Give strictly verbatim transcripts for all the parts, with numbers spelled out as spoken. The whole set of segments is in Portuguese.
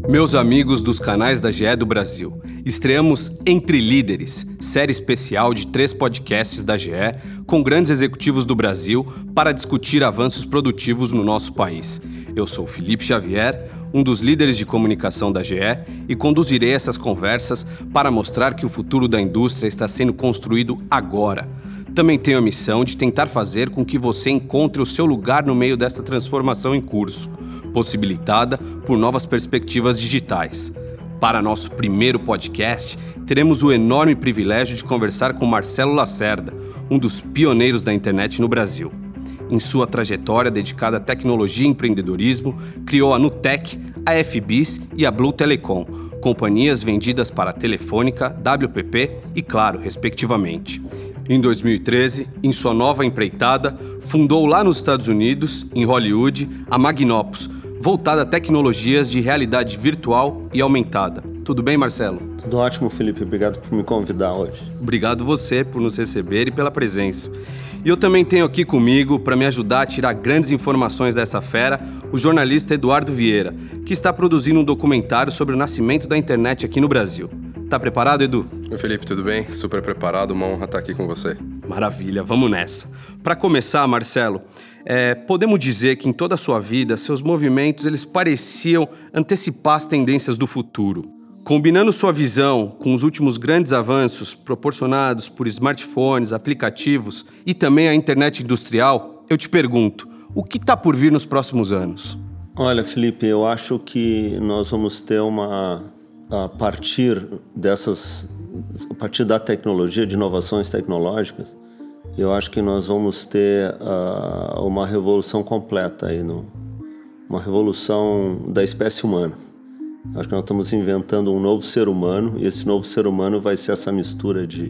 Meus amigos dos canais da G E do Brasil, estreamos Entre Líderes, série especial de três podcasts da G E com grandes executivos do Brasil para discutir avanços produtivos no nosso país. Eu sou Felipe Xavier, um dos líderes de comunicação da G E, e conduzirei essas conversas para mostrar que o futuro da indústria está sendo construído agora. Também tenho a missão de tentar fazer com que você encontre o seu lugar no meio dessa transformação em curso, possibilitada por novas perspectivas digitais. Para nosso primeiro podcast, teremos o enorme privilégio de conversar com Marcelo Lacerda, um dos pioneiros da internet no Brasil. Em sua trajetória dedicada à tecnologia e empreendedorismo, criou a Nutec, a F B I S e a Blue Telecom, companhias vendidas para a Telefônica, W P P e Claro, respectivamente. Em dois mil e treze, em sua nova empreitada, fundou lá nos Estados Unidos, em Hollywood, a Magnopus, voltada a tecnologias de realidade virtual e aumentada. Tudo bem, Marcelo? Tudo ótimo, Felipe. Obrigado por me convidar hoje. Obrigado você por nos receber e pela presença. E eu também tenho aqui comigo, para me ajudar a tirar grandes informações dessa fera, o jornalista Eduardo Vieira, que está produzindo um documentário sobre o nascimento da internet aqui no Brasil. Tá preparado, Edu? Oi, Felipe, tudo bem? Super preparado, uma honra estar aqui com você. Maravilha, vamos nessa. Para começar, Marcelo, é, podemos dizer que em toda a sua vida, seus movimentos eles pareciam antecipar as tendências do futuro. Combinando sua visão com os últimos grandes avanços proporcionados por smartphones, aplicativos e também a internet industrial, eu te pergunto, o que está por vir nos próximos anos? Olha, Felipe, eu acho que nós vamos ter uma... A partir dessas... A partir da tecnologia, de inovações tecnológicas, eu acho que nós vamos ter uh, uma revolução completa aí, no, uma revolução da espécie humana. Acho que nós estamos inventando um novo ser humano, e esse novo ser humano vai ser essa mistura de,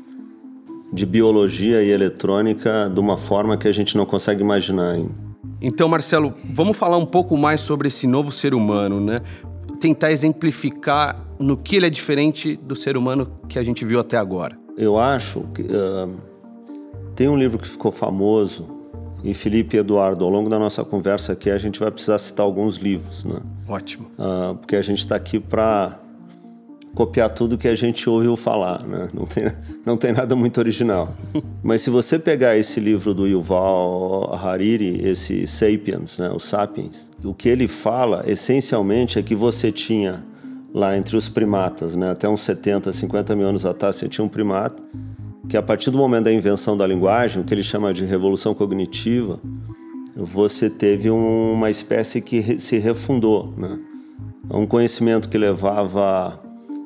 de biologia e eletrônica de uma forma que a gente não consegue imaginar ainda. Então, Marcelo, vamos falar um pouco mais sobre esse novo ser humano, né? Tentar exemplificar no que ele é diferente do ser humano que a gente viu até agora. Eu acho que uh, tem um livro que ficou famoso, e Felipe e Eduardo, ao longo da nossa conversa aqui, a gente vai precisar citar alguns livros, né? Ótimo. Uh, porque a gente está aqui para copiar tudo que a gente ouviu falar, né? Não tem, não tem nada muito original. Mas se você pegar esse livro do Yuval Harari, esse Sapiens, né? O Sapiens, o que ele fala, essencialmente, é que você tinha lá entre os primatas, né? Até uns setenta, cinquenta mil anos atrás, você tinha um primata que, a partir do momento da invenção da linguagem, o que ele chama de revolução cognitiva, você teve um, uma espécie que re, se refundou, né? Um conhecimento que levava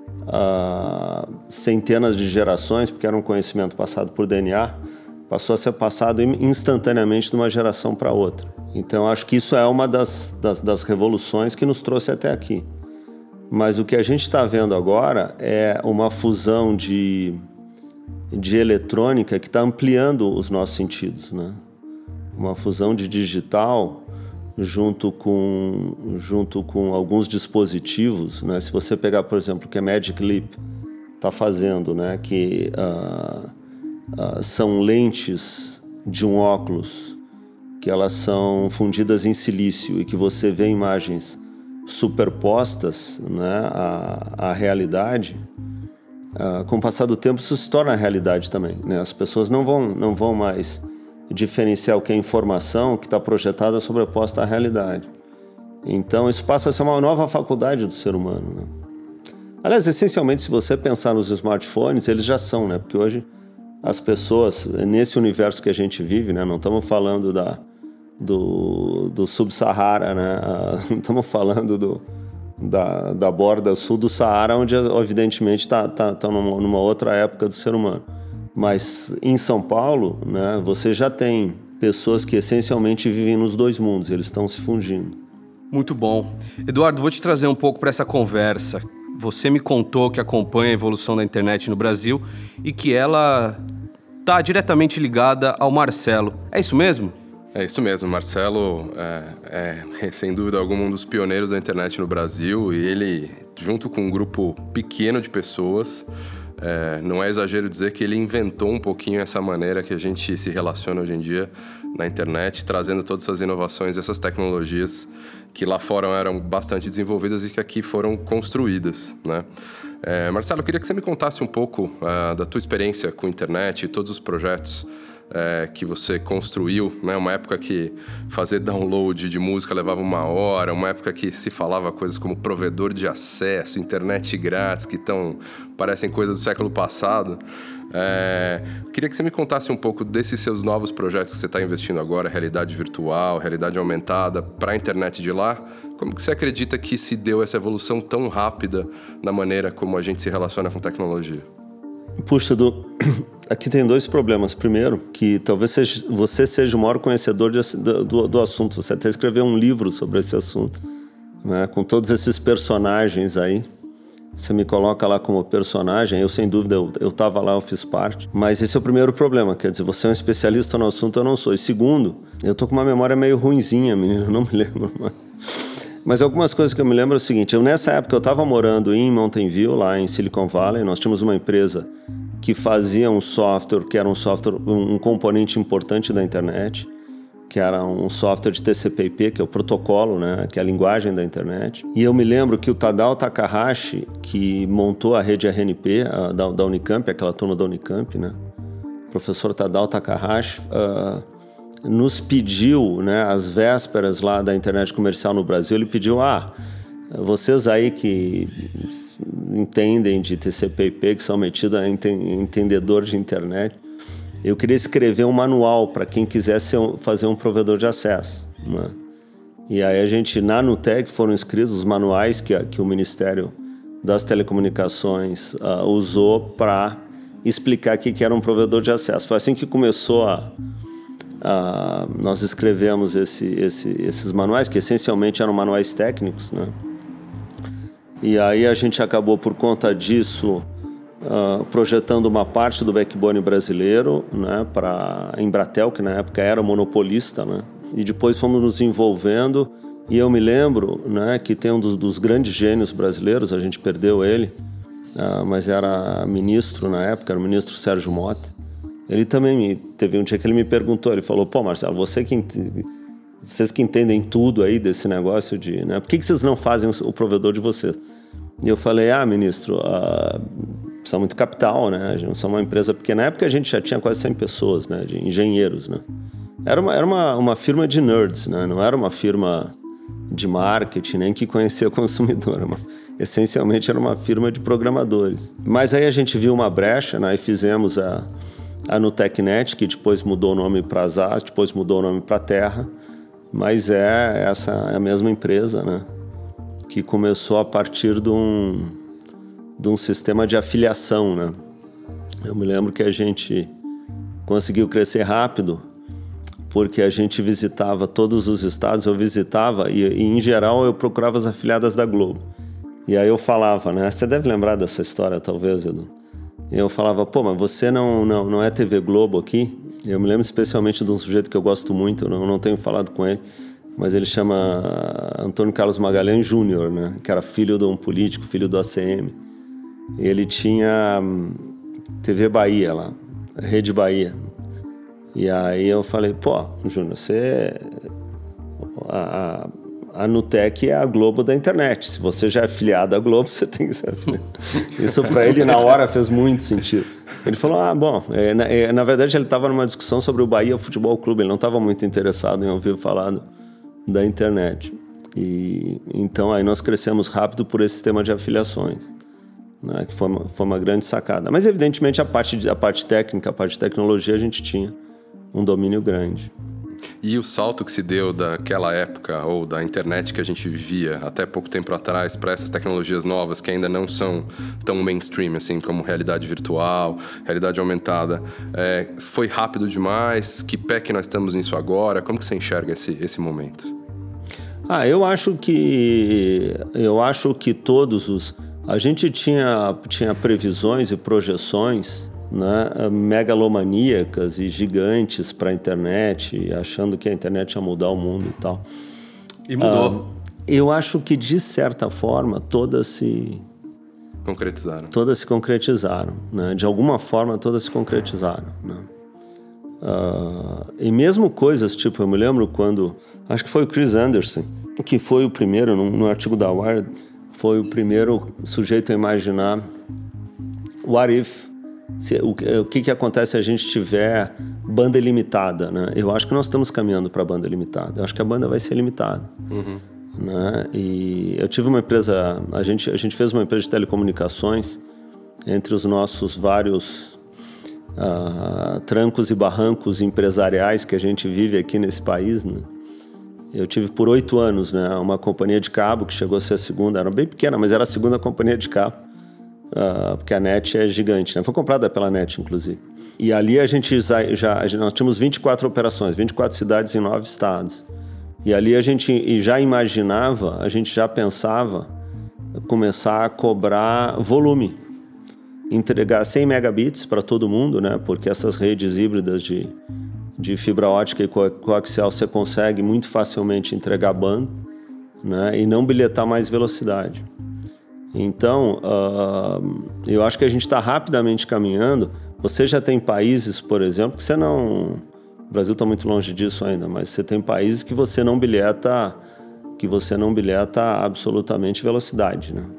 a centenas de gerações, porque era um conhecimento passado por D N A, passou a ser passado instantaneamente de uma geração para outra. Então, acho que isso é uma das, das, das revoluções que nos trouxe até aqui. Mas o que a gente está vendo agora é uma fusão de, de eletrônica que está ampliando os nossos sentidos, né? Uma fusão de digital junto com, junto com alguns dispositivos, né? Se você pegar, por exemplo, o que a Magic Leap está fazendo, né? Que uh, uh, são lentes de um óculos que elas são fundidas em silício e que você vê imagens superpostas, né, à, à realidade, uh, com o passar do tempo isso se torna realidade também, né? As pessoas não vão, não vão mais diferenciar o que é informação que está projetada sobreposta à realidade. Então isso passa a ser uma nova faculdade do ser humano, né? Aliás, essencialmente, se você pensar nos smartphones, eles já são, né? Porque hoje as pessoas, nesse universo que a gente vive, né? Não estamos falando da do, do Sub-Sahara, né? Não estamos falando do, da, da borda sul do Saara, onde evidentemente está tá, tá numa, numa outra época do ser humano. Mas em São Paulo, né, você já tem pessoas que essencialmente vivem nos dois mundos, eles estão se fundindo. Muito bom. Eduardo, vou te trazer um pouco para essa conversa. Você me contou que acompanha a evolução da internet no Brasil e que ela está diretamente ligada ao Marcelo. É isso mesmo? É isso mesmo, Marcelo é, é, sem dúvida alguma, um dos pioneiros da internet no Brasil, e ele, junto com um grupo pequeno de pessoas, É, não é exagero dizer que ele inventou um pouquinho essa maneira que a gente se relaciona hoje em dia na internet, trazendo todas essas inovações, essas tecnologias que lá fora eram bastante desenvolvidas e que aqui foram construídas, né? É, Marcelo, eu queria que você me contasse um pouco uh, da tua experiência com a internet e todos os projetos É, que você construiu, né? Uma época que fazer download de música levava uma hora, uma época que se falava coisas como provedor de acesso, internet grátis, que tão, parecem coisas do século passado. É, queria que você me contasse um pouco desses seus novos projetos que você está investindo agora, realidade virtual, realidade aumentada, para a internet de lá. Como que você acredita que se deu essa evolução tão rápida na maneira como a gente se relaciona com tecnologia? Puxa, Edu, aqui tem dois problemas. Primeiro, que talvez seja, você seja o maior conhecedor de, do, do assunto. Você até escreveu um livro sobre esse assunto, né? Com todos esses personagens aí. Você me coloca lá como personagem. Eu, sem dúvida, eu estava lá, eu fiz parte. Mas esse é o primeiro problema. Quer dizer, você é um especialista no assunto, eu não sou. E segundo, eu tô com uma memória meio ruinzinha, menino. Eu não me lembro mais. Mas algumas coisas que eu me lembro é o seguinte. Eu, nessa época, eu estava morando em Mountain View, lá em Silicon Valley. Nós tínhamos uma empresa que fazia um software, que era um software, um componente importante da internet, que era um software de T C P I P, que é o protocolo, né, que é a linguagem da internet. E eu me lembro que o Tadao Takahashi, que montou a rede R N P a, da, da Unicamp, aquela turma da Unicamp, né, o professor Tadao Takahashi, uh, nos pediu, né, às vésperas lá da internet comercial no Brasil, ele pediu, ah, vocês aí que entendem de T C P I P, que são metidos a entendedor de internet, eu queria escrever um manual para quem quisesse fazer um provedor de acesso, né? E aí a gente, na Nutec, foram escritos os manuais que, que o Ministério das Telecomunicações uh, usou para explicar o que era um provedor de acesso. Foi assim que começou a... Uh, nós escrevemos esse, esse, esses manuais, que essencialmente eram manuais técnicos, né? E aí a gente acabou, por conta disso, uh, projetando uma parte do backbone brasileiro, né, para a Embratel, que na época era monopolista, né? E depois fomos nos envolvendo. E eu me lembro, né, que tem um dos, dos grandes gênios brasileiros, a gente perdeu ele, uh, mas era ministro na época, era o ministro Sérgio Mota. Ele também me, teve um dia que ele me perguntou, ele falou, pô, Marcelo, você que, vocês que entendem tudo aí desse negócio de, né, por que, que vocês não fazem o, o provedor de vocês? E eu falei, ah, ministro, uh, precisa muito capital, né, a gente somos uma empresa pequena. Na época a gente já tinha quase cem pessoas, né, de engenheiros, né. Era uma, era uma, uma firma de nerds, né, não era uma firma de marketing, nem que conhecia o consumidor, era uma, essencialmente era uma firma de programadores. Mas aí a gente viu uma brecha, né, e fizemos a... a Nutecnet, que depois mudou o nome para Zaz, depois mudou o nome para Terra, mas é essa é a mesma empresa, né, que começou a partir de um, de um sistema de afiliação, né. Eu me lembro que a gente conseguiu crescer rápido porque a gente visitava todos os estados, eu visitava e, e em geral eu procurava as afiliadas da Globo. E aí eu falava, né, você deve lembrar dessa história talvez, Edu. Eu falava, pô, mas você não, não, não é T V Globo aqui? Eu me lembro especialmente de um sujeito que eu gosto muito, eu não, não tenho falado com ele, mas ele chama Antônio Carlos Magalhães Júnior, né? Que era filho de um político, filho do A C M. Ele tinha T V Bahia lá, Rede Bahia. E aí eu falei, pô, Júnior, você... A, a, a Nutec é a Globo da internet. Se você já é afiliado à Globo, você tem que ser afiliado. Isso para ele na hora fez muito sentido. Ele falou, ah, bom, é, na, é, na verdade ele estava numa discussão sobre o Bahia Futebol Clube, ele não estava muito interessado em ouvir falar do, da internet. E então aí nós crescemos rápido por esse sistema de afiliações, né, que foi uma, foi uma grande sacada. Mas evidentemente a parte, a parte técnica, a parte de tecnologia a gente tinha um domínio grande. E o salto que se deu daquela época, ou da internet que a gente vivia até pouco tempo atrás, para essas tecnologias novas que ainda não são tão mainstream, assim, como realidade virtual, realidade aumentada, é, foi rápido demais? Que pé que nós estamos nisso agora? Como que você enxerga esse, esse momento? Ah, eu acho que... Eu acho que todos os... A gente tinha, tinha previsões e projeções, né, megalomaníacas e gigantes para a internet, achando que a internet ia mudar o mundo e tal. E mudou. Uh, eu acho que, de certa forma, todas se, concretizaram. Todas se concretizaram, né? De alguma forma, todas se concretizaram, né? Uh, e mesmo coisas, tipo, eu me lembro quando, acho que foi o Chris Anderson, que foi o primeiro, no, no artigo da Wired, foi o primeiro sujeito a imaginar what if, se, o, o que, que acontece se a gente tiver banda ilimitada, né? Eu acho que nós estamos caminhando para banda limitada, eu acho que a banda vai ser limitada. Uhum. Né? E eu tive uma empresa, a gente, a gente fez uma empresa de telecomunicações entre os nossos vários uh, trancos e barrancos empresariais que a gente vive aqui nesse país, né? Eu tive por oito anos, né, uma companhia de cabo que chegou a ser a segunda, era bem pequena, mas era a segunda companhia de cabo, uh, porque a NET é gigante, né? Foi comprada pela NET, inclusive. E ali a gente já, já nós tínhamos vinte e quatro operações, vinte e quatro cidades em nove estados. E ali a gente já imaginava, a gente já pensava começar a cobrar volume, entregar cem megabits para todo mundo, né? Porque essas redes híbridas de, de fibra ótica e coaxial você consegue muito facilmente entregar banda, né? E não bilhetar mais velocidade. Então, uh, eu acho que a gente está rapidamente caminhando. Você já tem países, por exemplo, que você não... O Brasil está muito longe disso ainda, mas você tem países que você não bilheta, que você não bilheta absolutamente velocidade, né?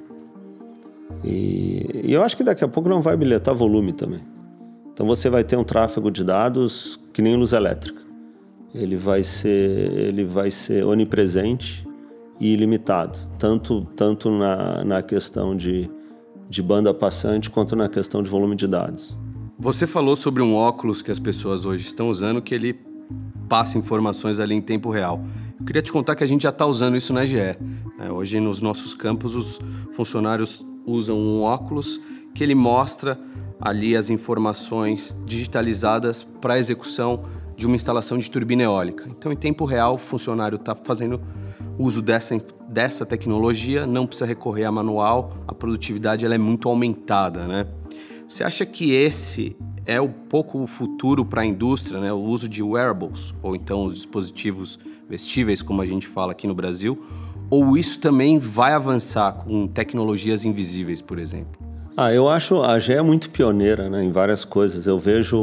E, e eu acho que daqui a pouco não vai bilhetar volume também. Então você vai ter um tráfego de dados que nem luz elétrica. Ele vai ser, ele vai ser onipresente e ilimitado, tanto, tanto na, na questão de, de banda passante quanto na questão de volume de dados. Você falou sobre um óculos que as pessoas hoje estão usando que ele passa informações ali em tempo real. Eu queria te contar que a gente já está usando isso na G E. Hoje, nos nossos campos, os funcionários usam um óculos que ele mostra ali as informações digitalizadas para a execução de uma instalação de turbina eólica. Então, em tempo real, o funcionário está fazendo uso dessa, dessa tecnologia, não precisa recorrer a manual, a produtividade ela é muito aumentada, né? Você acha que esse é um pouco o futuro para a indústria, né? O uso de wearables, ou então os dispositivos vestíveis, como a gente fala aqui no Brasil, ou isso também vai avançar com tecnologias invisíveis, por exemplo? Ah, eu acho a G E é muito pioneira, né, em várias coisas. Eu vejo...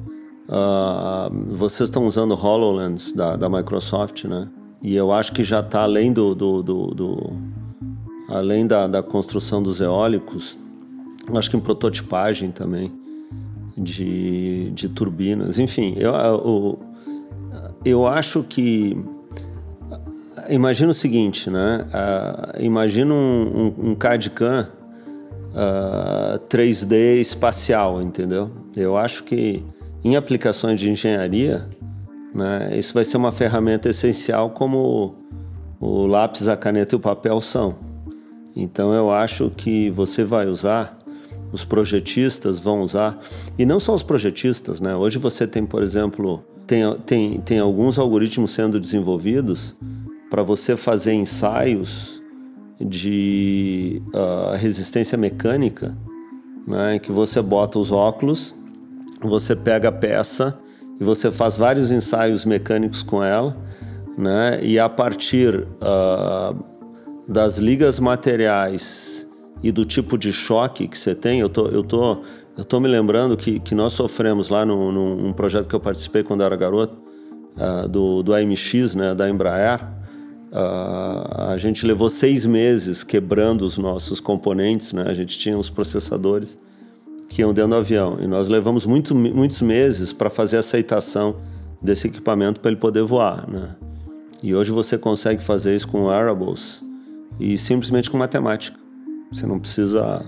Uh, vocês estão usando o HoloLens da, da Microsoft, né? E eu acho que já está além do... do, do, do além da, da construção dos eólicos, acho que em prototipagem também de, de turbinas. Enfim, eu, eu, eu acho que... Imagina o seguinte, né? Uh, imagina um, um, um C A D-C A M uh, três D espacial, entendeu? Eu acho que em aplicações de engenharia, né, isso vai ser uma ferramenta essencial como o lápis, a caneta e o papel são. Então eu acho que você vai usar, os projetistas vão usar, e não só os projetistas, né? Hoje você tem, por exemplo, tem, tem, tem alguns algoritmos sendo desenvolvidos para você fazer ensaios de uh, resistência mecânica, né, que você bota os óculos, você pega a peça e você faz vários ensaios mecânicos com ela, né, e a partir uh, das ligas materiais e do tipo de choque que você tem, eu tô, eu tô, eu tô me lembrando que, que nós sofremos lá num, num projeto que eu participei quando eu era garoto, uh, do, do A M X, né, da Embraer. Uh, a gente levou seis meses quebrando os nossos componentes, né? A gente tinha os processadores que iam dentro do avião e nós levamos muito, muitos meses para fazer a aceitação desse equipamento para ele poder voar, né? E hoje você consegue fazer isso com wearables e simplesmente com matemática. Você não precisa...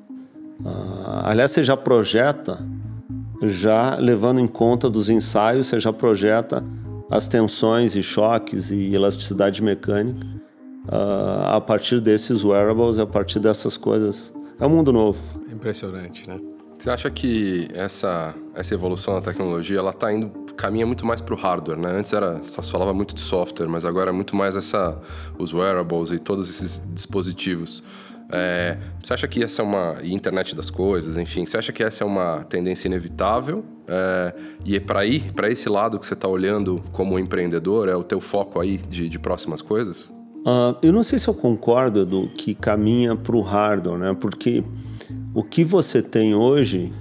Uh, aliás, você já projeta, já levando em conta dos ensaios, você já projeta as tensões e choques e elasticidade mecânica uh, a partir desses wearables, a partir dessas coisas. É um mundo novo. Impressionante, né? Você acha que essa, essa evolução da tecnologia, ela tá indo, caminha muito mais para o hardware, né? Antes era, só se falava muito de software, mas agora é muito mais essa, os wearables e todos esses dispositivos. É, você acha que essa é uma... E internet das coisas, enfim. Você acha que essa é uma tendência inevitável? É, e é para ir para esse lado que você está olhando como empreendedor? É o teu foco aí de, de próximas coisas? Uh, eu não sei se eu concordo do que caminha para o hardware, né? Porque o que você tem hoje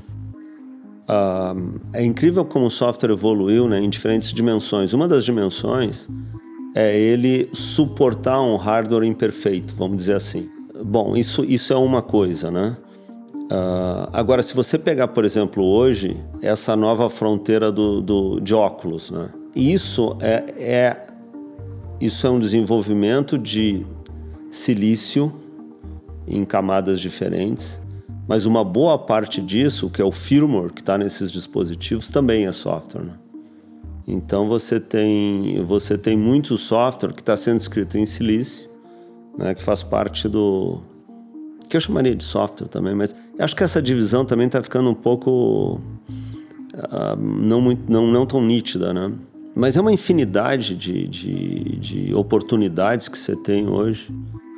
uh, é incrível como o software evoluiu, né, em diferentes dimensões. Uma das dimensões é ele suportar um hardware imperfeito, vamos dizer assim. Bom, isso, isso é uma coisa, né? Uh, agora, se você pegar, por exemplo, hoje, essa nova fronteira do, do, de óculos, né? Isso é, é, isso é um desenvolvimento de silício em camadas diferentes, mas uma boa parte disso, que é o firmware que está nesses dispositivos, também é software, né? Então você tem, você tem muito software que está sendo escrito em silício, né, que faz parte do... que eu chamaria de software também, mas acho que essa divisão também está ficando um pouco uh, não, muito, não, não tão nítida, né? Mas é uma infinidade de, de, de oportunidades que você tem hoje.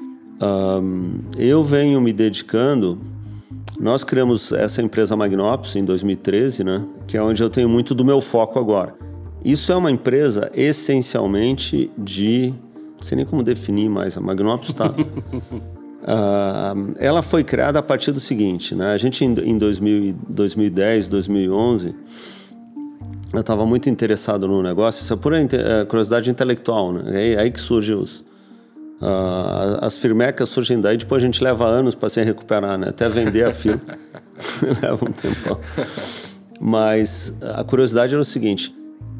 Um, eu venho me dedicando... Nós criamos essa empresa Magnops em dois mil e treze, né? Que é onde eu tenho muito do meu foco agora. Isso é uma empresa essencialmente de... Não sei nem como definir mais. A Magnops tá... uh, ela foi criada a partir do seguinte, né? A gente em dois mil, dois mil e dez, dois mil e onze... Eu estava muito interessado no negócio. Isso é pura curiosidade intelectual, né? É aí que surgem os... Uh, as firmecas surgem daí, depois a gente leva anos para se recuperar, né? Até vender a firma. Leva um tempão. Mas a curiosidade era o seguinte...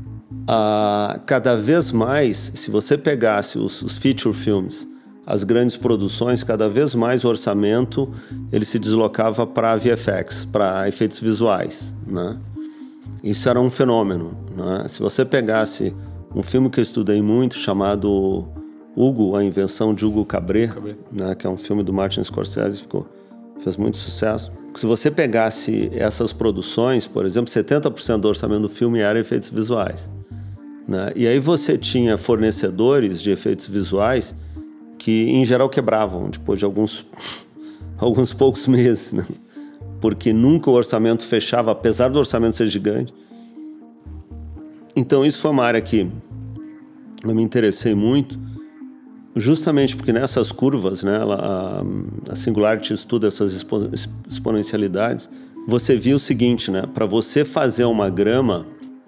Uh, cada vez mais, se você pegasse os, os feature films, as grandes produções, cada vez mais o orçamento ele se deslocava para V F X, para efeitos visuais, né? Isso era um fenômeno, né? Se você pegasse um filme que eu estudei muito, chamado Hugo, a invenção de Hugo Cabret, Cabret. Né? Que é um filme do Martin Scorsese, ficou, fez muito sucesso. Se você pegasse essas produções, por exemplo, setenta por cento do orçamento do filme era efeitos visuais, né? E aí você tinha fornecedores de efeitos visuais que, em geral, quebravam depois de alguns, alguns poucos meses, né? Porque nunca o orçamento fechava, apesar do orçamento ser gigante. Então, isso foi uma área que eu me interessei muito, justamente porque nessas curvas, né, ela, a, a Singularity estuda essas expo, exponencialidades, você viu o seguinte, né, para você fazer uma grama,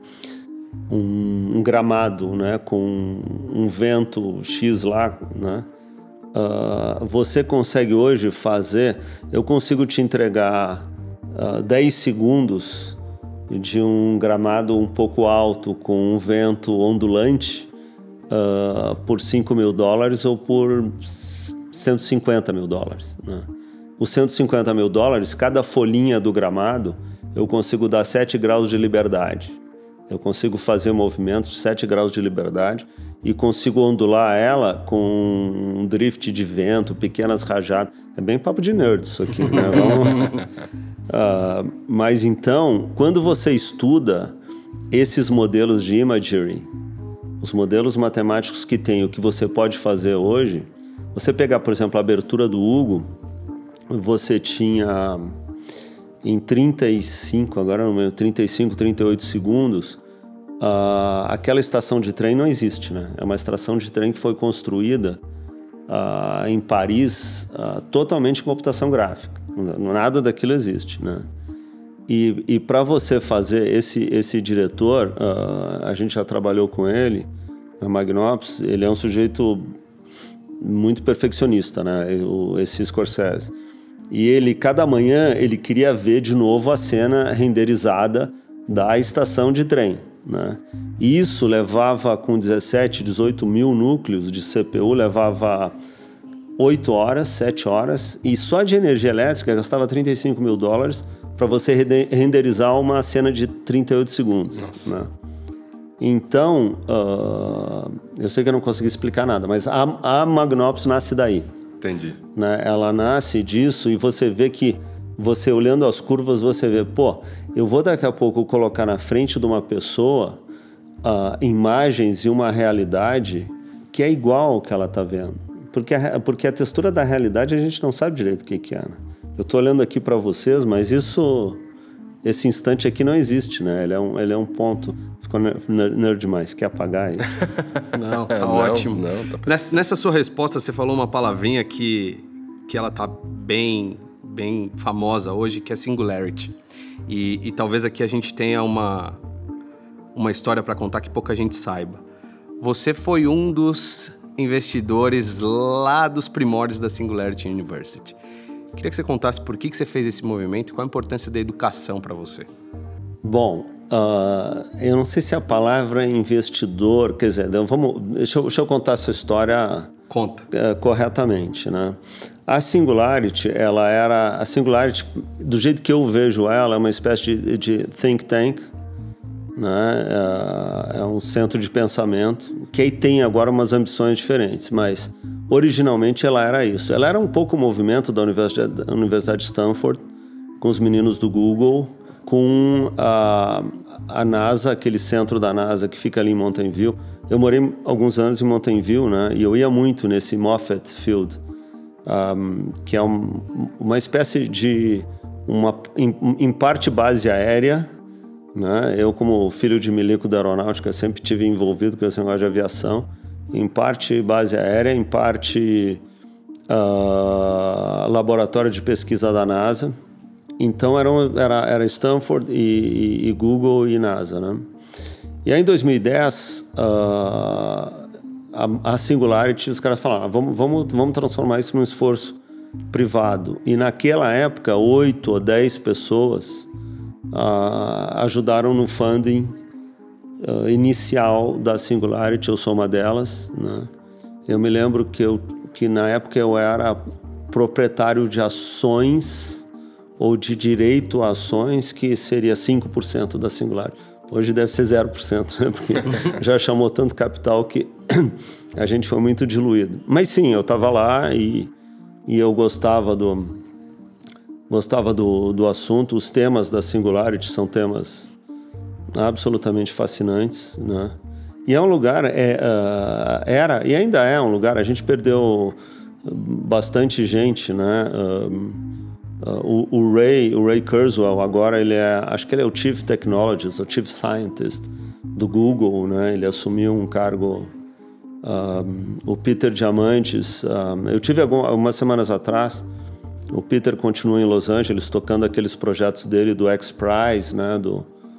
um, um gramado, né, com um vento X lá, né, uh, você consegue hoje fazer, eu consigo te entregar uh, dez segundos de um gramado um pouco alto com um vento ondulante uh, por cinco mil dólares ou por cento e cinquenta mil dólares, né? Os cento e cinquenta mil dólares, cada folhinha do gramado, eu consigo dar sete graus de liberdade. Eu consigo fazer movimentos de sete graus de liberdade e consigo ondular ela com um drift de vento, pequenas rajadas. É bem papo de nerd isso aqui, né? Vamos... uh, mas então, quando você estuda esses modelos de imagery, os modelos matemáticos que tem o que você pode fazer hoje, você pegar, por exemplo, a abertura do Hugo, você tinha em trinta e cinco, agora não lembro, trinta e cinco, trinta e oito segundos, uh, aquela estação de trem não existe, né? É uma estação de trem que foi construída uh, em Paris, uh, totalmente em computação gráfica. Nada daquilo existe, né? E, e para você fazer esse, esse diretor, uh, a gente já trabalhou com ele, na Magnops, ele é um sujeito muito perfeccionista, né? O, esse Scorsese. E ele, cada manhã, ele queria ver de novo a cena renderizada da estação de trem, né? E isso levava, com dezessete, dezoito mil núcleos de C P U, levava oito horas, sete horas, e só de energia elétrica gastava trinta e cinco mil dólares para você renderizar uma cena de trinta e oito segundos, né? Então, uh, eu sei que eu não consegui explicar nada, mas a, a Magnops nasce daí. Entendi. Né? Ela nasce disso e você vê que, você olhando as curvas, você vê, pô, eu vou daqui a pouco colocar na frente de uma pessoa uh, imagens e uma realidade que é igual ao que ela está vendo. Porque a, porque a textura da realidade a gente não sabe direito o que, que é, né? Eu estou olhando aqui para vocês, mas isso, esse instante aqui não existe, né? Ele é um, ele é um ponto. Ficou nerd demais. Quer apagar aí? Não, tá não, ótimo. Não, tá... Nessa, nessa sua resposta, você falou uma palavrinha que, que ela tá bem, bem famosa hoje, que é singularity. E, e talvez aqui a gente tenha uma, uma história para contar que pouca gente saiba. Você foi um dos investidores lá dos primórdios da Singularity University. Queria que você contasse por que, que você fez esse movimento e qual a importância da educação para você. Bom, uh, eu não sei se a palavra investidor, quer dizer, vamos, deixa, eu, deixa eu contar essa história Conta. Uh, corretamente, né? A Singularity, ela era, a Singularity, do jeito que eu vejo ela, é uma espécie de, de think tank, né? É, é um centro de pensamento que aí tem agora umas ambições diferentes, mas originalmente ela era isso. Ela era um pouco o movimento da Universidade, da Universidade de Stanford, com os meninos do Google, com a, a NASA, aquele centro da NASA que fica ali em Mountain View. Eu morei alguns anos em Mountain View, né? E eu ia muito nesse Moffett Field, um, que é um, uma espécie de, uma, em, em parte base aérea, né? Eu, como filho de milico da aeronáutica, sempre tive envolvido com esse negócio de aviação. Em parte base aérea, em parte uh, laboratório de pesquisa da NASA. Então era, era, era Stanford e, e, e Google e NASA, né? E aí em dois mil e dez, uh, a, a Singularity, os caras falaram, ah, vamos, vamos, vamos transformar isso num esforço privado. E naquela época, oito ou dez pessoas Uh, ajudaram no funding uh, inicial da Singularity. Eu sou uma delas, né? Eu me lembro que, eu, que na época eu era proprietário de ações ou de direito a ações, que seria cinco por cento da Singularity. Hoje deve ser zero por cento, né? Porque já chamou tanto capital que a gente foi muito diluído. Mas sim, eu estava lá e, e eu gostava do... Gostava do, do assunto. Os temas da Singularity são temas absolutamente fascinantes, né? E é um lugar, é, uh, era e ainda é um lugar, a gente perdeu bastante gente, né? Uh, uh, o, o Ray, o Ray Kurzweil, agora ele é, acho que ele é o Chief Technologist, o Chief Scientist do Google, né? Ele assumiu um cargo... Uh, o Peter Diamandis, uh, eu tive algumas semanas atrás. O Peter continua em Los Angeles tocando aqueles projetos dele do X-Prize, né? Do,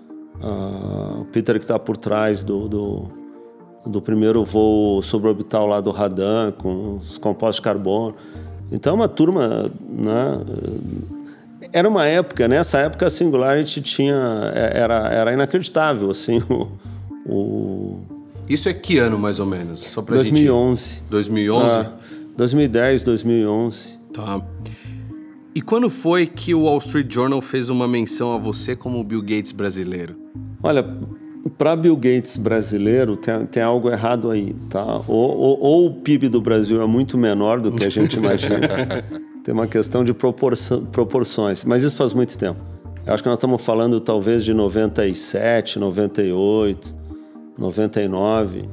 uh, o Peter que está por trás do, do, do primeiro voo suborbital lá do Radan, com os compostos de carbono. Então, uma turma, né? Era uma época, nessa época a Singularity tinha, era, era inacreditável, assim, o, o... Isso é que ano, mais ou menos? Só pra dois mil e onze. Gente... dois mil e onze? Ah, dois mil e dez, dois mil e onze. Tá. E quando foi que o Wall Street Journal fez uma menção a você como o Bill Gates brasileiro? Olha, para Bill Gates brasileiro tem, tem algo errado aí, tá? Ou, ou, ou o P I B do Brasil é muito menor do que a gente imagina. Tem uma questão de proporção, proporções, mas isso faz muito tempo. Eu acho que nós estamos falando talvez de noventa e sete, noventa e oito, noventa e nove.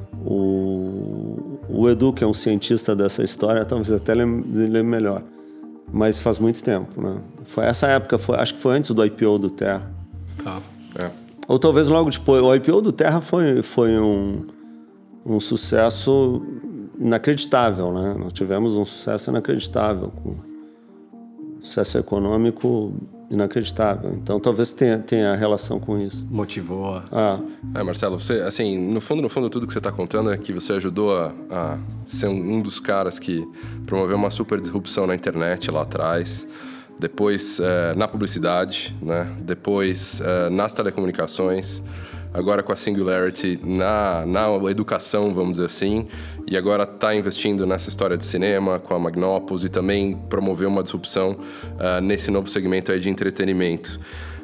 O, o Edu, que é um cientista dessa história, talvez até lembre melhor. Mas faz muito tempo, né? Foi essa época, foi, acho que foi antes do I P O do Terra. Tá. É. Ou talvez logo depois. O I P O do Terra foi, foi um, um sucesso inacreditável, né? Nós tivemos um sucesso inacreditável, com um sucesso econômico inacreditável. Então talvez tenha, tenha relação com isso. Motivou. Ah. É, Marcelo, você, assim, no fundo, no fundo, tudo que você está contando é que você ajudou a, a ser um, um dos caras que promoveu uma super disrupção na internet lá atrás, depois é, na publicidade, né? Depois é, nas telecomunicações, agora com a Singularity na, na educação, vamos dizer assim, e agora está investindo nessa história de cinema com a Magnopus e também promoveu uma disrupção uh, nesse novo segmento aí de entretenimento.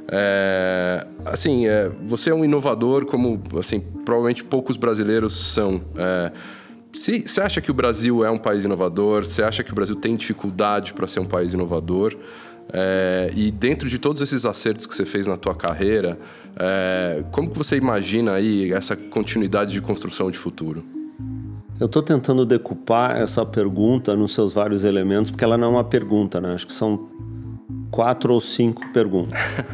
É, assim, é, você é um inovador como, assim, provavelmente poucos brasileiros são. É, se, você acha que o Brasil é um país inovador? Você acha que o Brasil tem dificuldade para ser um país inovador? É, e dentro de todos esses acertos que você fez na tua carreira, é, como que você imagina aí essa continuidade de construção de futuro? Eu estou tentando decupar essa pergunta nos seus vários elementos, porque ela não é uma pergunta, né? Acho que são quatro ou cinco perguntas.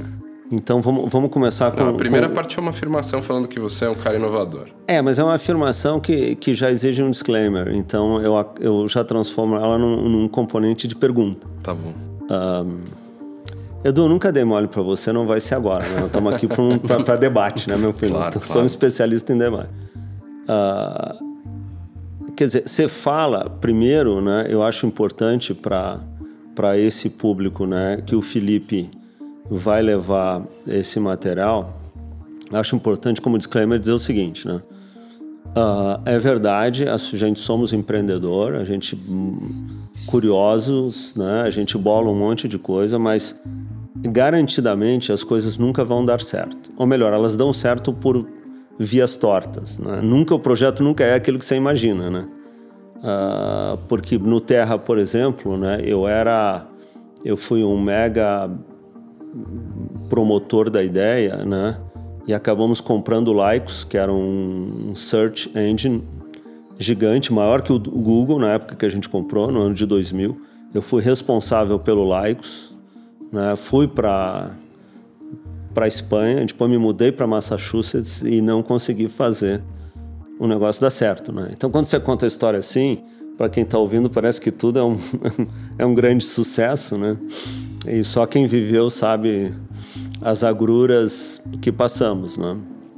Então vamos, vamos começar com... Não, a primeira com... parte é uma afirmação falando que você é um cara inovador. É, mas é uma afirmação que, que já exige um disclaimer. Então eu, eu já transformo ela num, num componente de pergunta. Tá bom. Um, Edu, nunca dei mole pra você, não vai ser agora. Né? Nós estamos aqui para um, pra, pra debate, né, meu filho? Claro, então, claro. Sou um especialista em debate. Uh, quer dizer, você fala, primeiro, né, eu acho importante para para esse público, né, que o Felipe vai levar esse material, acho importante, como disclaimer, dizer o seguinte, né? Uh, é verdade, a gente somos empreendedor, a gente hum, curiosos, né? A gente bola um monte de coisa, mas garantidamente as coisas nunca vão dar certo. Ou melhor, elas dão certo por vias tortas, né? Nunca, o projeto nunca é aquilo que você imagina, né? Uh, porque no Terra, por exemplo, né, eu era, eu fui um mega promotor da ideia, né, e acabamos comprando o Lycos, que era um search engine gigante, maior que o Google na época que a gente comprou, no ano de dois mil. Eu fui responsável pelo Lycos, né, fui para para Espanha, depois me mudei para Massachusetts e não consegui fazer o negócio dar certo, né? Então, quando você conta a história assim, para quem está ouvindo, parece que tudo é um, é um grande sucesso, né? E só quem viveu sabe as agruras que passamos, né?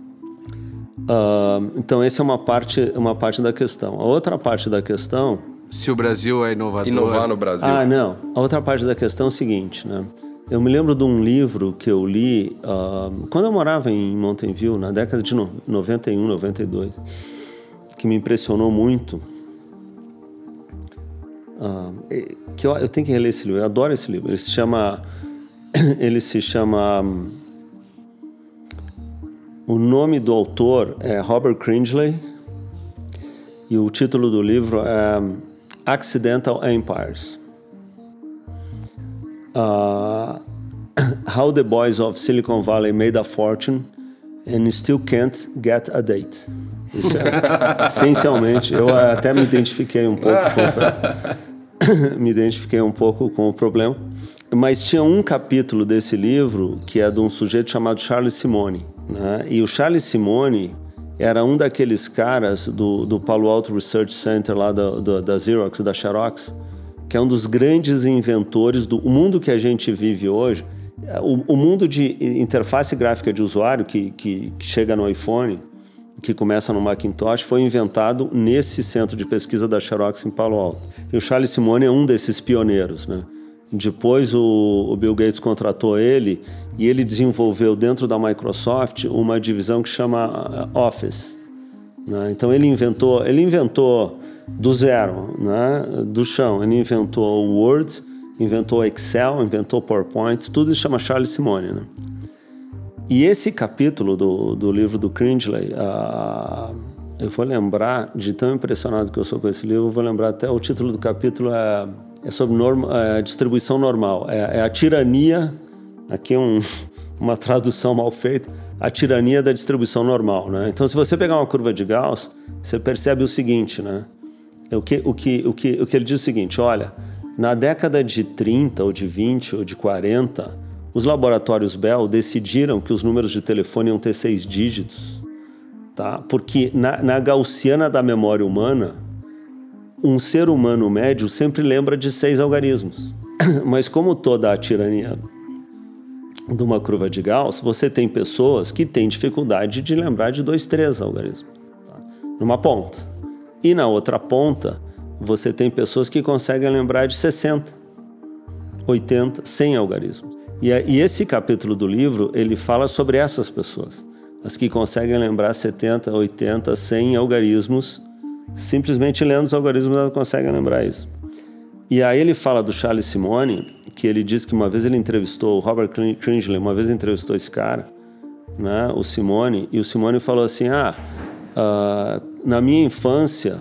Uh, então, essa é uma parte, uma parte da questão. A outra parte da questão... Se o Brasil é inovador... Inovar no Brasil. Ah, não. A outra parte da questão é o seguinte, né? Eu me lembro de um livro que eu li uh, quando eu morava em Mountain View, na década de noventa e um, noventa e dois, que me impressionou muito. Uh, que eu, eu tenho que reler esse livro, eu adoro esse livro. Ele se chama... Ele se chama... O nome do autor é Robert Cringely e o título do livro é Accidental Empires. Uh, How the Boys of Silicon Valley Made a Fortune and Still Can't Get a Date. Isso é, essencialmente, eu até me identifiquei um pouco com, me identifiquei um pouco com o problema, mas tinha um capítulo desse livro que é de um sujeito chamado Charles Simone, né? E o Charles Simone era um daqueles caras do, do Palo Alto Research Center lá da, da, da Xerox, da Xerox, que é um dos grandes inventores do o mundo que a gente vive hoje. O, o mundo de interface gráfica de usuário que, que, que chega no iPhone, que começa no Macintosh, foi inventado nesse centro de pesquisa da Xerox em Palo Alto. E o Charles Simone é um desses pioneiros, né? Depois o, o Bill Gates contratou ele e ele desenvolveu dentro da Microsoft uma divisão que chama Office, né? Então ele inventou, ele inventou do zero, né? Do chão. Ele inventou o Word, inventou Excel, inventou PowerPoint, tudo isso chama Charles Simone, né? E esse capítulo do, do livro do Cringely, uh, eu vou lembrar, de tão impressionado que eu sou com esse livro, eu vou lembrar até o título do capítulo é, é sobre norma, é, distribuição normal. É, é a tirania, aqui é um, uma tradução mal feita, a tirania da distribuição normal, né? Então, se você pegar uma curva de Gauss, você percebe o seguinte, né? O que, o, que, o, que, o que ele diz é o seguinte, olha, na década de trinta, ou de vinte, ou de quarenta, os laboratórios Bell decidiram que os números de telefone iam ter seis dígitos, tá? Porque na, na gaussiana da memória humana, um ser humano médio sempre lembra de seis algarismos. Mas como toda a tirania de uma curva de Gauss, você tem pessoas que têm dificuldade de lembrar de dois, três algarismos, tá? Numa ponta. E na outra ponta, você tem pessoas que conseguem lembrar de sessenta, oitenta, cem algarismos. E, e esse capítulo do livro, ele fala sobre essas pessoas. As que conseguem lembrar setenta, oitenta, cem algarismos, simplesmente lendo os algarismos, elas conseguem lembrar isso. E aí ele fala do Charles Simone, que ele diz que uma vez ele entrevistou, o Robert Cringely, uma vez entrevistou esse cara, né, o Simone, e o Simone falou assim, ah, uh, na minha infância,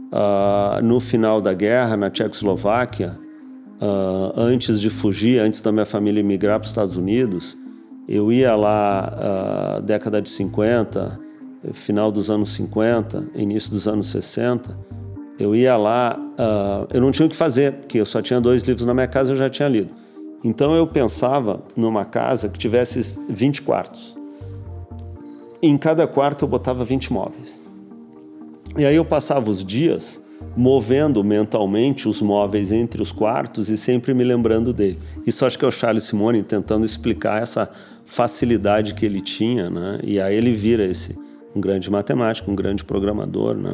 uh, no final da guerra, na Tchecoslováquia, uh, antes de fugir, antes da minha família emigrar para os Estados Unidos, eu ia lá, uh, década de cinquenta, final dos anos cinquenta, início dos anos sessenta, eu ia lá, uh, eu não tinha o que fazer, porque eu só tinha dois livros na minha casa e eu já tinha lido. Então eu pensava numa casa que tivesse vinte quartos. Em cada quarto eu botava vinte móveis. E aí eu passava os dias movendo mentalmente os móveis entre os quartos e sempre me lembrando deles. Isso acho que é o Charles Simonyi tentando explicar essa facilidade que ele tinha, né? E aí ele vira esse um grande matemático, um grande programador, né?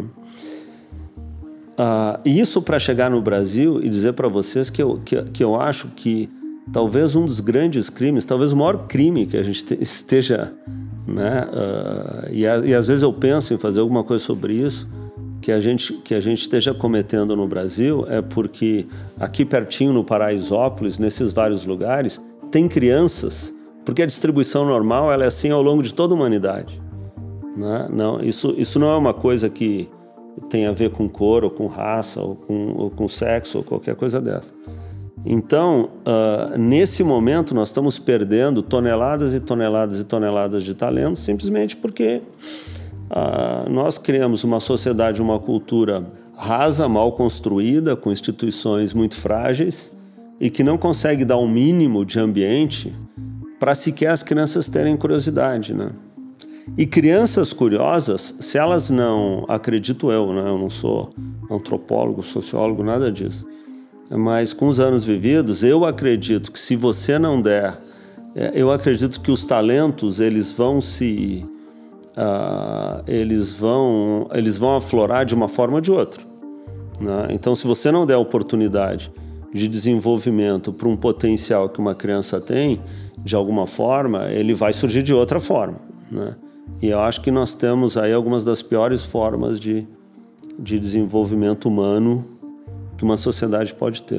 Ah, e isso para chegar no Brasil e dizer para vocês que eu, que, que eu acho que talvez um dos grandes crimes, talvez o maior crime que a gente te, esteja, né? Uh, e, a, e às vezes eu penso em fazer alguma coisa sobre isso, que a gente, que a gente esteja cometendo no Brasil é porque aqui pertinho no Paraisópolis, nesses vários lugares, tem crianças, porque a distribuição normal ela é assim ao longo de toda a humanidade, né? Não, isso, isso não é uma coisa que tem a ver com cor, ou com raça, ou com, ou com sexo, ou qualquer coisa dessa. Então, uh, nesse momento, nós estamos perdendo toneladas e toneladas e toneladas de talentos simplesmente porque uh, nós criamos uma sociedade, uma cultura rasa, mal construída, com instituições muito frágeis e que não consegue dar um mínimo de ambiente para sequer as crianças terem curiosidade, né? E crianças curiosas, se elas não, acredito eu, né? Eu não sou antropólogo, sociólogo, nada disso, mas com os anos vividos, eu acredito que se você não der, eu acredito que os talentos, eles vão se, uh, eles vão, eles vão aflorar de uma forma ou de outra, né? Então, se você não der oportunidade de desenvolvimento para um potencial que uma criança tem, de alguma forma, ele vai surgir de outra forma, né? E eu acho que nós temos aí algumas das piores formas de, de desenvolvimento humano que uma sociedade pode ter.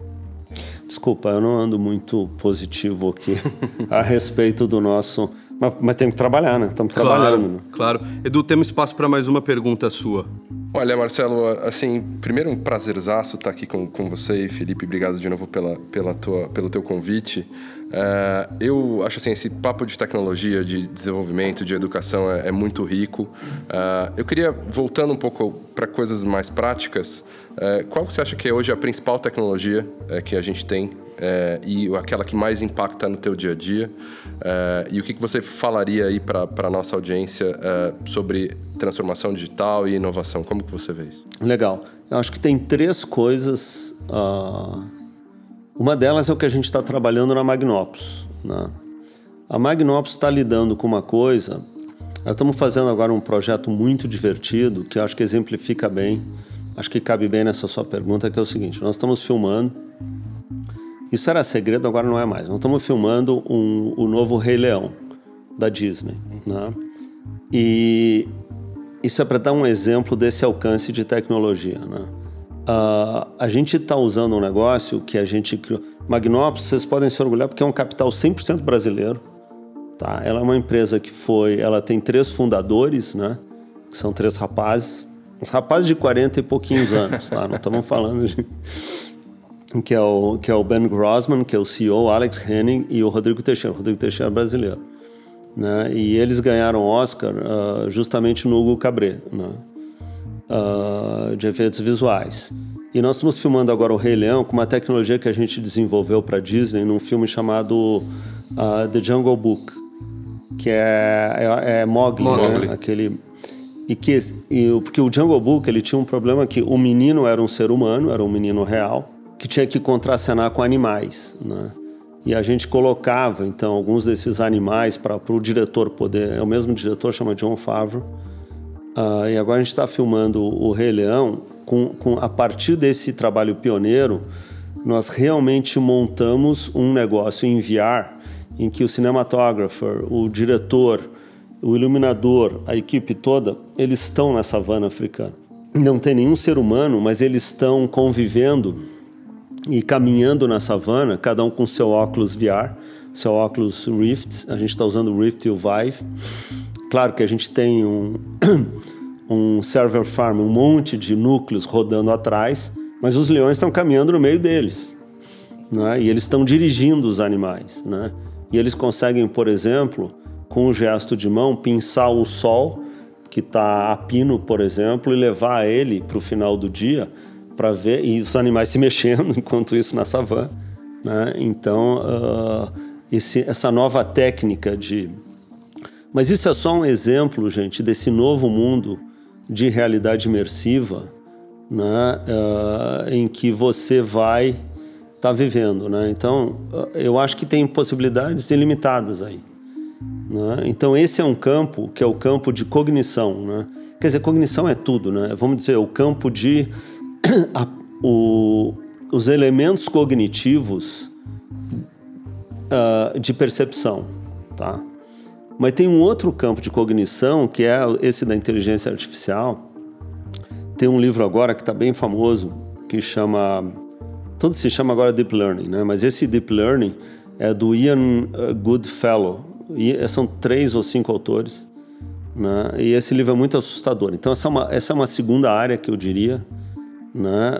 Desculpa, eu não ando muito positivo aqui a respeito do nosso... Mas, mas temos que trabalhar, né? Estamos claro, trabalhando. Né? Claro. Edu, temos espaço para mais uma pergunta sua. Olha, Marcelo, assim, primeiro um prazerzaço estar aqui com, com você e Felipe, obrigado de novo pela, pela tua, pelo teu convite. Uh, eu acho assim, esse papo de tecnologia, de desenvolvimento, de educação é, é muito rico. Uh, eu queria, voltando um pouco para coisas mais práticas, uh, qual você acha que é hoje a principal tecnologia uh, que a gente tem uh, e aquela que mais impacta no teu dia a dia? Uh, e o que, que você falaria aí para a nossa audiência uh, sobre transformação digital e inovação? Como que você vê isso? Legal. Eu acho que tem três coisas... Uh... Uma delas é o que a gente está trabalhando na Magnopus, né? A Magnopus está lidando com uma coisa... Nós estamos fazendo agora um projeto muito divertido, que eu acho que exemplifica bem, acho que cabe bem nessa sua pergunta, que é o seguinte: nós estamos filmando... Isso era segredo, agora não é mais. Nós estamos filmando um, o novo Rei Leão, da Disney, né? E isso é para dar um exemplo desse alcance de tecnologia, né? Uh, a gente está usando um negócio que a gente criou. Magnopus, vocês podem se orgulhar porque é um capital cem por cento brasileiro. Tá? Ela é uma empresa que foi... Ela tem três fundadores, né? Que são três rapazes. Uns rapazes de quarenta e pouquinhos anos, tá? Não estamos falando de... Que é, o, que é o Ben Grossman, que é o C E O, Alex Henning e o Rodrigo Teixeira. O Rodrigo Teixeira é brasileiro, né? E eles ganharam Oscar uh, justamente no Hugo Cabret, né? Uh, de efeitos visuais. E nós estamos filmando agora o Rei Leão com uma tecnologia que a gente desenvolveu para a Disney num filme chamado uh, The Jungle Book, que é, é, é Mowgli, Mowgli. Né? Aquele, e que, e, porque o Jungle Book ele tinha um problema que o menino era um ser humano, era um menino real, que tinha que contracenar com animais, né? E a gente colocava, então, alguns desses animais para o diretor poder... É o mesmo diretor, chama Jon Favreau. Uh, e agora a gente está filmando o Rei Leão. Com, com, a partir desse trabalho pioneiro, nós realmente montamos um negócio em V R em que o cinematógrafo, o diretor, o iluminador, a equipe toda, eles estão na savana africana. Não tem nenhum ser humano, mas eles estão convivendo e caminhando na savana, cada um com seu óculos V R, seu óculos Rift. A gente está usando o Rift e o Vive. Claro que a gente tem um, um server farm, um monte de núcleos rodando atrás, mas os leões estão caminhando no meio deles, né? E eles estão dirigindo os animais, né? E eles conseguem, por exemplo, com um gesto de mão, pinçar o sol, que está a pino, por exemplo, e levar ele para o final do dia para ver, e os animais se mexendo enquanto isso na savana, né? Então, uh, esse, essa nova técnica de... Mas isso é só um exemplo, gente, desse novo mundo de realidade imersiva, né? uh, em que você vai estar tá vivendo, né? Então, uh, eu acho que tem possibilidades ilimitadas aí, né? Então, esse é um campo que é o campo de cognição, né? Quer dizer, cognição é tudo, né? Vamos dizer, o campo de... a, o, os elementos cognitivos uh, de percepção, tá? Mas tem um outro campo de cognição, que é esse da inteligência artificial. Tem um livro agora que está bem famoso, que chama... Tudo se chama agora Deep Learning, né? Mas esse Deep Learning é do Ian Goodfellow. E são três ou cinco autores, né? E esse livro é muito assustador. Então, essa é uma, essa é uma segunda área que eu diria, né?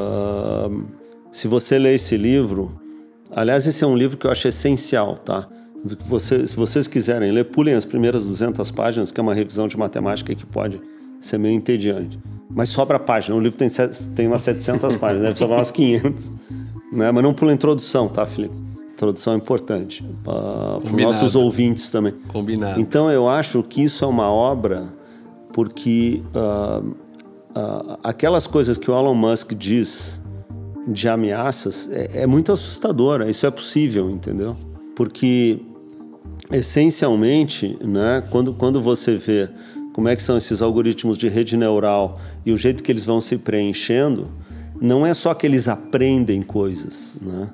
Uh, se você ler esse livro... Aliás, esse é um livro que eu acho essencial, tá? Você, se vocês quiserem ler, pulem as primeiras duzentas páginas, que é uma revisão de matemática que pode ser meio entediante. Mas sobra página. O livro tem, tem umas setecentas páginas, deve sobrar umas quinhentas. Né? Mas não pula a introdução, tá, Felipe? Introdução é importante para os nossos ouvintes também. Combinado. Então, eu acho que isso é uma obra porque uh, uh, aquelas coisas que o Elon Musk diz de ameaças é, é muito assustadora. Isso é possível, entendeu? Porque, essencialmente, né, quando, quando você vê como é que são esses algoritmos de rede neural e o jeito que eles vão se preenchendo, não é só que eles aprendem coisas, né?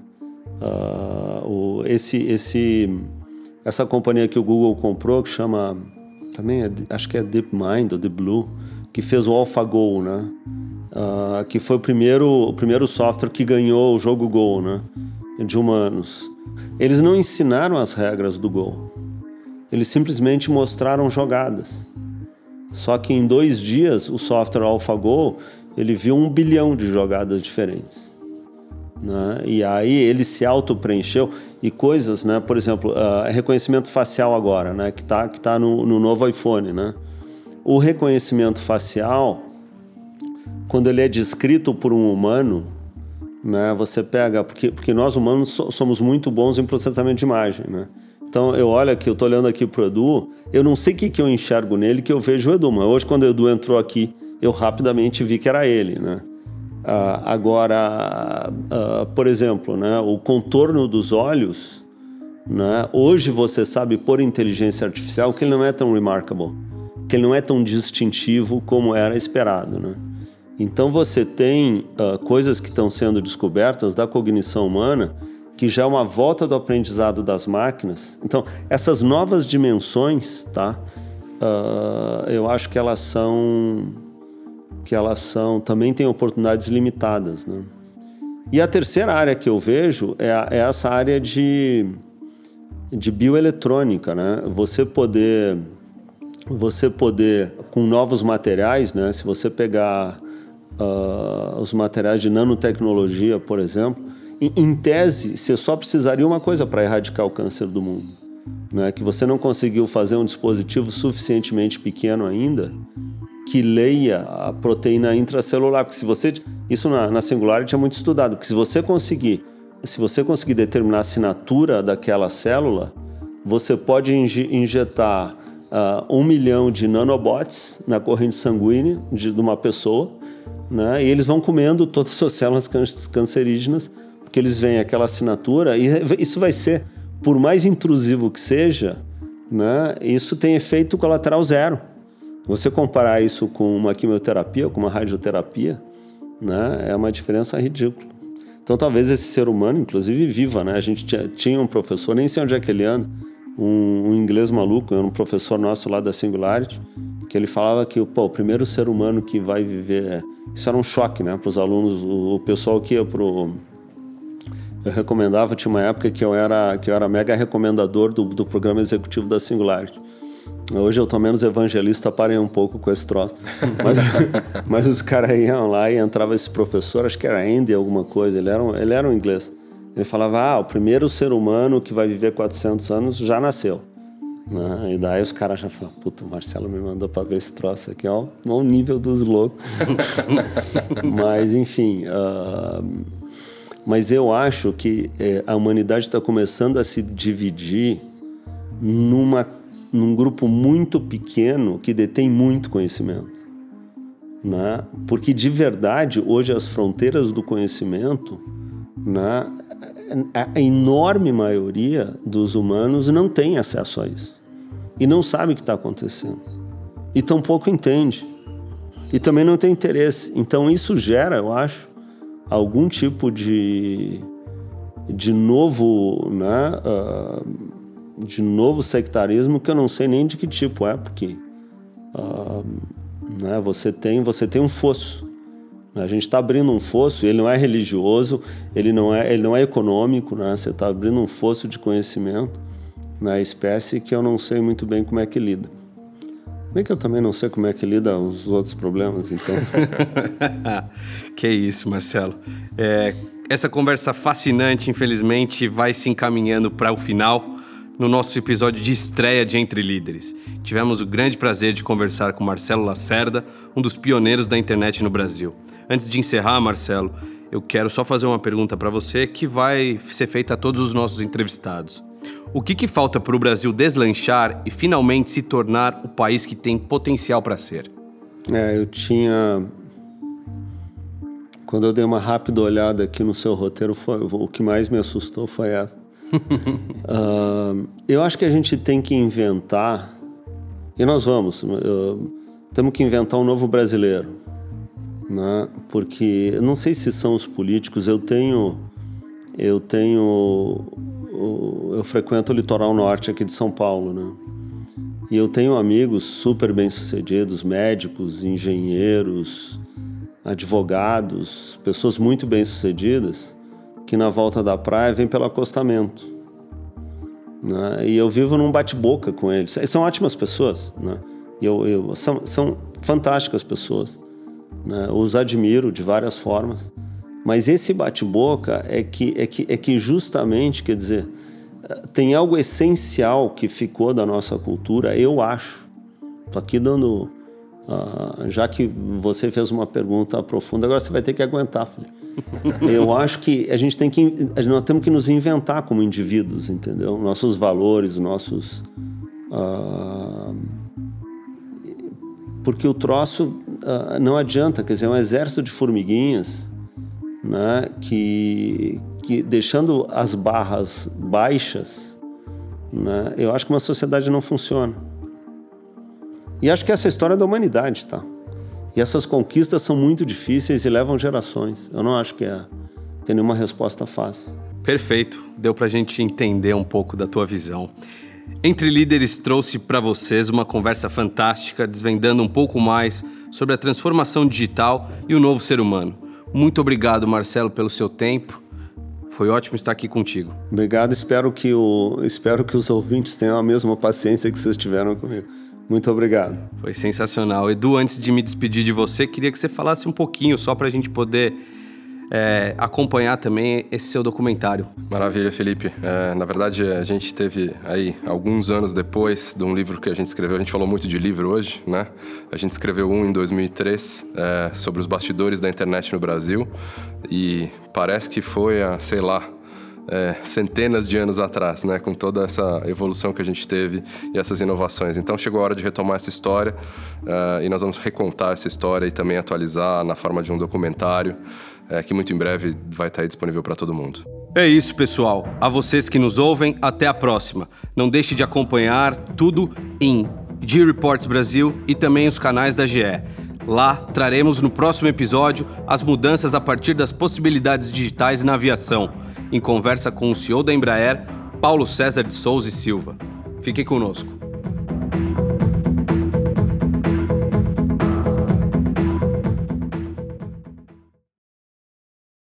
Uh, o, esse, esse, essa companhia que o Google comprou, que chama, também é, acho que é DeepMind ou Deep Blue, que fez o AlphaGo, né? Uh, que foi o primeiro, o primeiro software que ganhou o jogo Go, né? De humanos. Eles não ensinaram as regras do Go. Eles simplesmente mostraram jogadas. Só que em dois dias, o software AlphaGo, ele viu um bilhão de jogadas diferentes, né? E aí ele se auto-preencheu. E coisas, né? Por exemplo, uh, reconhecimento facial agora, né? Que está que tá no, no novo iPhone, né? O reconhecimento facial, quando ele é descrito por um humano, né, você pega, porque, porque nós humanos so, somos muito bons em processamento de imagem, né? Então eu olho aqui, eu estou olhando aqui para o Edu, eu não sei o que, que eu enxergo nele que eu vejo o Edu, mas hoje quando o Edu entrou aqui, eu rapidamente vi que era ele, né? Uh, agora, uh, por exemplo, né, o contorno dos olhos, né, hoje você sabe por inteligência artificial que ele não é tão remarkable, que ele não é tão distintivo como era esperado, né? Então você tem uh, coisas que estão sendo descobertas da cognição humana que já é uma volta do aprendizado das máquinas. Então, essas novas dimensões, tá? Uh, eu acho que elas são... que elas são... também têm oportunidades limitadas, né? E a terceira área que eu vejo é, a, é essa área de, de bioeletrônica, né? Você poder... Você poder, com novos materiais, né? Se você pegar... Uh, os materiais de nanotecnologia, por exemplo, em, em tese, você só precisaria uma coisa para erradicar o câncer do mundo, né? Que você não conseguiu fazer um dispositivo suficientemente pequeno ainda que leia a proteína intracelular, porque se você... Isso na, na Singularity é muito estudado, porque se você conseguir, se você conseguir determinar a assinatura daquela célula, você pode inje, injetar uh, um milhão de nanobots na corrente sanguínea de, de uma pessoa, né? E eles vão comendo todas as suas células cancerígenas, porque eles veem aquela assinatura, e isso vai ser, por mais intrusivo que seja, né? Isso tem efeito colateral zero. Você comparar isso com uma quimioterapia ou com uma radioterapia, né? É uma diferença ridícula. Então talvez esse ser humano, inclusive, viva, né? A gente tinha um professor, nem sei onde é que ele anda, um, um inglês maluco, um professor nosso lá da Singularity, que ele falava que pô, o primeiro ser humano que vai viver... Isso era um choque, né, para os alunos. O, o pessoal que ia pro... Eu recomendava, tinha uma época que eu era, que eu era mega recomendador do, do programa executivo da Singularity. Hoje eu tô menos evangelista, parei um pouco com esse troço. Mas, mas os caras iam lá e entrava esse professor, acho que era Andy alguma coisa, ele era um, ele era um inglês. Ele falava, ah, o primeiro ser humano que vai viver quatrocentos anos já nasceu. Né? E daí os caras já falaram, puta, o Marcelo me mandou pra ver esse troço aqui, ó, o nível dos loucos. Mas, enfim, uh, Mas eu acho que é, a humanidade está começando a se dividir numa, num grupo muito pequeno que detém muito conhecimento, né? Porque, de verdade, hoje as fronteiras do conhecimento, né, a enorme maioria dos humanos não tem acesso a isso. E não sabe o que está acontecendo. E tampouco entende. E também não tem interesse. Então isso gera, eu acho, algum tipo de, de novo, né, uh, de novo sectarismo que eu não sei nem de que tipo é, porque uh, né, você tem, você tem um fosso. A gente está abrindo um fosso, ele não é religioso, ele não é, ele não é econômico, né? Você está abrindo um fosso de conhecimento na espécie que eu não sei muito bem como é que lida. Bem que eu também não sei como é que lida os outros problemas, então... Que isso, Marcelo. É, essa conversa fascinante, infelizmente, vai se encaminhando para o final no nosso episódio de estreia de Entre Líderes. Tivemos o grande prazer de conversar com Marcelo Lacerda, um dos pioneiros da internet no Brasil. Antes de encerrar, Marcelo, eu quero só fazer uma pergunta para você que vai ser feita a todos os nossos entrevistados. O que, que falta para o Brasil deslanchar e finalmente se tornar o país que tem potencial para ser? É, eu tinha... Quando eu dei uma rápida olhada aqui no seu roteiro, foi... o que mais me assustou foi essa. uh, eu acho que a gente tem que inventar, e nós vamos, uh, temos que inventar um novo brasileiro, né? Porque eu não sei se são os políticos, eu tenho... Eu tenho... Eu frequento o litoral norte aqui de São Paulo, né? E eu tenho amigos super bem-sucedidos, médicos, engenheiros, advogados, pessoas muito bem-sucedidas, que na volta da praia vêm pelo acostamento, né? E eu vivo num bate-boca com eles. São ótimas pessoas, né? E eu, eu, são, são fantásticas pessoas, né? Eu os admiro de várias formas. Mas esse bate-boca é que, é, que, é que justamente, quer dizer, tem algo essencial que ficou da nossa cultura, eu acho. Estou aqui dando... Uh, já que você fez uma pergunta profunda, agora você vai ter que aguentar, Felipe. Eu acho que a gente tem que... Nós temos que nos inventar como indivíduos, entendeu? Nossos valores, nossos... Uh, porque o troço uh, não adianta, quer dizer, é um exército de formiguinhas... Né, que, que deixando as barras baixas, né, eu acho que uma sociedade não funciona. E acho que essa é a história da humanidade, tá? E essas conquistas são muito difíceis e levam gerações. Eu não acho que é, tem nenhuma resposta fácil. Perfeito. Deu pra gente entender um pouco da tua visão. Entre Líderes trouxe para vocês uma conversa fantástica, desvendando um pouco mais sobre a transformação digital e o novo ser humano. Muito obrigado, Marcelo, pelo seu tempo. Foi ótimo estar aqui contigo. Obrigado. Espero que, o, espero que os ouvintes tenham a mesma paciência que vocês tiveram comigo. Muito obrigado. Foi sensacional. Edu, antes de me despedir de você, queria que você falasse um pouquinho, só para a gente poder é, acompanhar também esse seu documentário. Maravilha, Felipe. É, na verdade, a gente teve aí, alguns anos depois de um livro que a gente escreveu, a gente falou muito de livro hoje, né? A gente escreveu um em dois mil e três, é, sobre os bastidores da internet no Brasil, e parece que foi há, sei lá, É, centenas de anos atrás, né, com toda essa evolução que a gente teve e essas inovações. Então chegou a hora de retomar essa história, uh, e nós vamos recontar essa história e também atualizar na forma de um documentário, uh, que muito em breve vai estar aí disponível para todo mundo. É isso, pessoal. A vocês que nos ouvem, até a próxima. Não deixe de acompanhar tudo em G Reports Brasil e também os canais da G E. Lá, traremos no próximo episódio as mudanças a partir das possibilidades digitais na aviação, em conversa com o C E O da Embraer, Paulo César de Souza e Silva. Fique conosco.